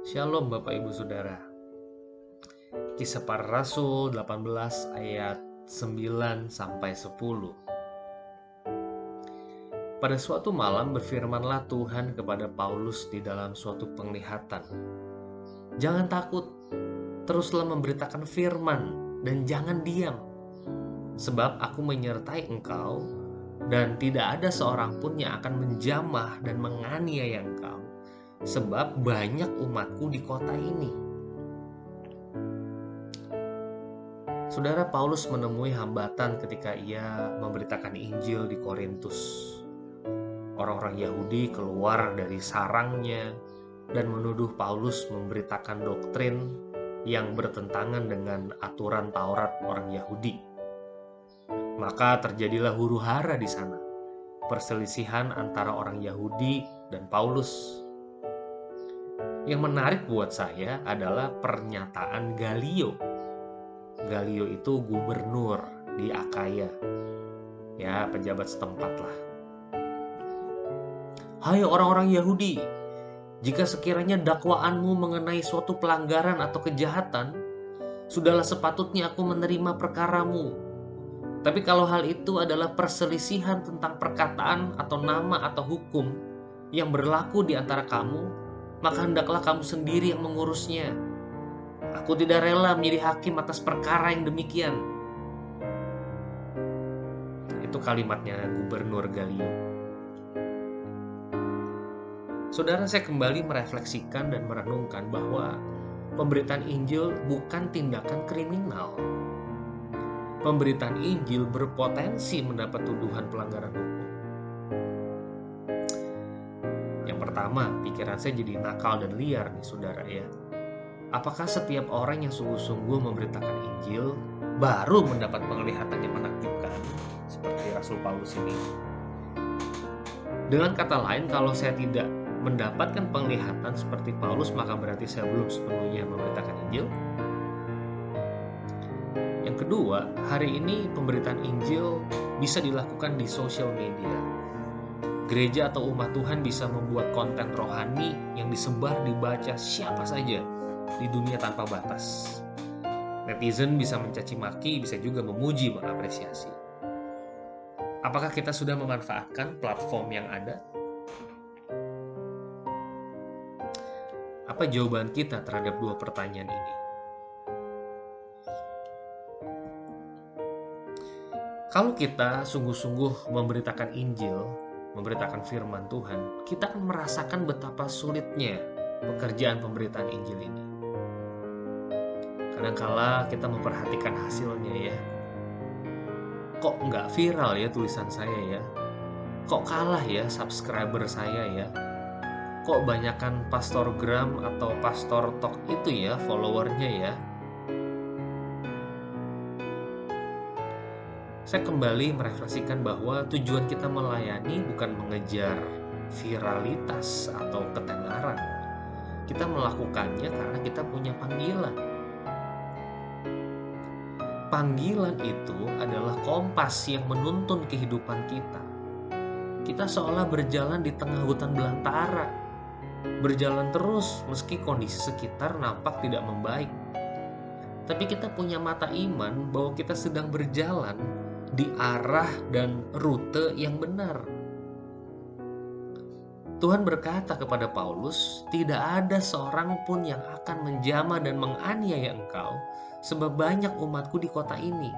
Shalom Bapak Ibu Saudara. Kisah Para Rasul 18 ayat 9 sampai 10. Pada suatu malam berfirmanlah Tuhan kepada Paulus di dalam suatu penglihatan. Jangan takut, teruslah memberitakan firman dan jangan diam. Sebab aku menyertai engkau dan tidak ada seorang pun yang akan menjamah dan menganiaya engkau. Sebab banyak umatku di kota ini. Saudara, Paulus menemui hambatan ketika ia memberitakan Injil di Korintus. Orang-orang Yahudi keluar dari sarangnya dan menuduh Paulus memberitakan doktrin yang bertentangan dengan aturan Taurat orang Yahudi. Maka terjadilah huru-hara di sana, perselisihan antara orang Yahudi dan Paulus. Yang menarik buat saya adalah pernyataan Galio. Galio itu gubernur di Akaya, ya pejabat setempat lah. Hai orang-orang Yahudi, jika sekiranya dakwaanmu mengenai suatu pelanggaran atau kejahatan, sudahlah sepatutnya aku menerima perkaramu. Tapi kalau hal itu adalah perselisihan tentang perkataan atau nama atau hukum yang berlaku di antara kamu, maka hendaklah kamu sendiri yang mengurusnya. Aku tidak rela menjadi hakim atas perkara yang demikian. Itu kalimatnya Gubernur Galio. Saudara, saya kembali merefleksikan dan merenungkan bahwa pemberitaan Injil bukan tindakan kriminal. Pemberitaan Injil berpotensi mendapat tuduhan pelanggaran hukum. Yang pertama, pikiran saya jadi nakal dan liar nih saudara ya. Apakah setiap orang yang sungguh-sungguh memberitakan Injil baru mendapat penglihatan yang menakjubkan seperti Rasul Paulus ini? Dengan kata lain, kalau saya tidak mendapatkan penglihatan seperti Paulus, maka berarti saya belum sepenuhnya memberitakan Injil. Yang kedua, hari ini pemberitaan Injil bisa dilakukan di sosial media. Gereja atau umat Tuhan bisa membuat konten rohani yang disebar dibaca siapa saja di dunia tanpa batas. Netizen bisa mencaci maki, bisa juga memuji, mengapresiasi. Apakah kita sudah memanfaatkan platform yang ada? Apa jawaban kita terhadap dua pertanyaan ini? Kalau kita sungguh-sungguh memberitakan Injil, memberitakan firman Tuhan, kita akan merasakan betapa sulitnya pekerjaan pemberitaan Injil ini. Kadangkala kita memperhatikan hasilnya ya. Kok nggak viral ya tulisan saya ya? Kok kalah ya subscriber saya ya? Kok banyakan pastorgram atau pastor talk itu ya followernya ya? Saya kembali merefleksikan bahwa tujuan kita melayani bukan mengejar viralitas atau ketenaran. Kita melakukannya karena kita punya panggilan. Panggilan itu adalah kompas yang menuntun kehidupan kita. Kita seolah berjalan di tengah hutan belantara. Berjalan terus meski kondisi sekitar nampak tidak membaik. Tapi kita punya mata iman bahwa kita sedang berjalan di arah dan rute yang benar. Tuhan berkata kepada Paulus, tidak ada seorang pun yang akan menjamah dan menganiaya engkau, sebab banyak umatku di kota ini.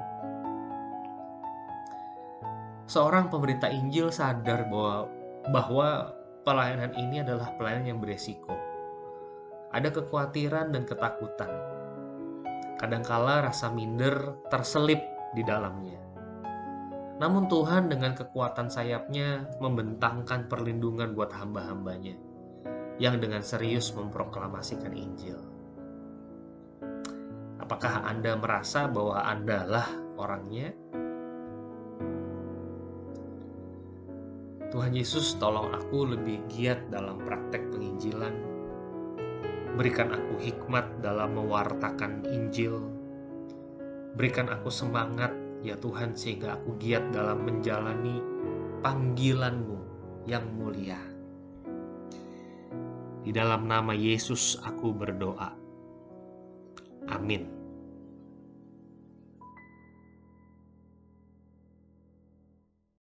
Seorang pemberita Injil sadar bahwa pelayanan ini adalah pelayanan yang beresiko. Ada kekhawatiran dan ketakutan. Kadangkala rasa minder terselip di dalamnya. Namun Tuhan dengan kekuatan sayapnya membentangkan perlindungan buat hamba-hambanya yang dengan serius memproklamasikan Injil. Apakah Anda merasa bahwa Anda lah orangnya? Tuhan Yesus, tolong aku lebih giat dalam praktek penginjilan. Berikan aku hikmat dalam mewartakan Injil. Berikan aku semangat ya Tuhan, sehingga aku giat dalam menjalani panggilan-Mu yang mulia. Di Di dalam nama Yesus aku berdoa. Amin.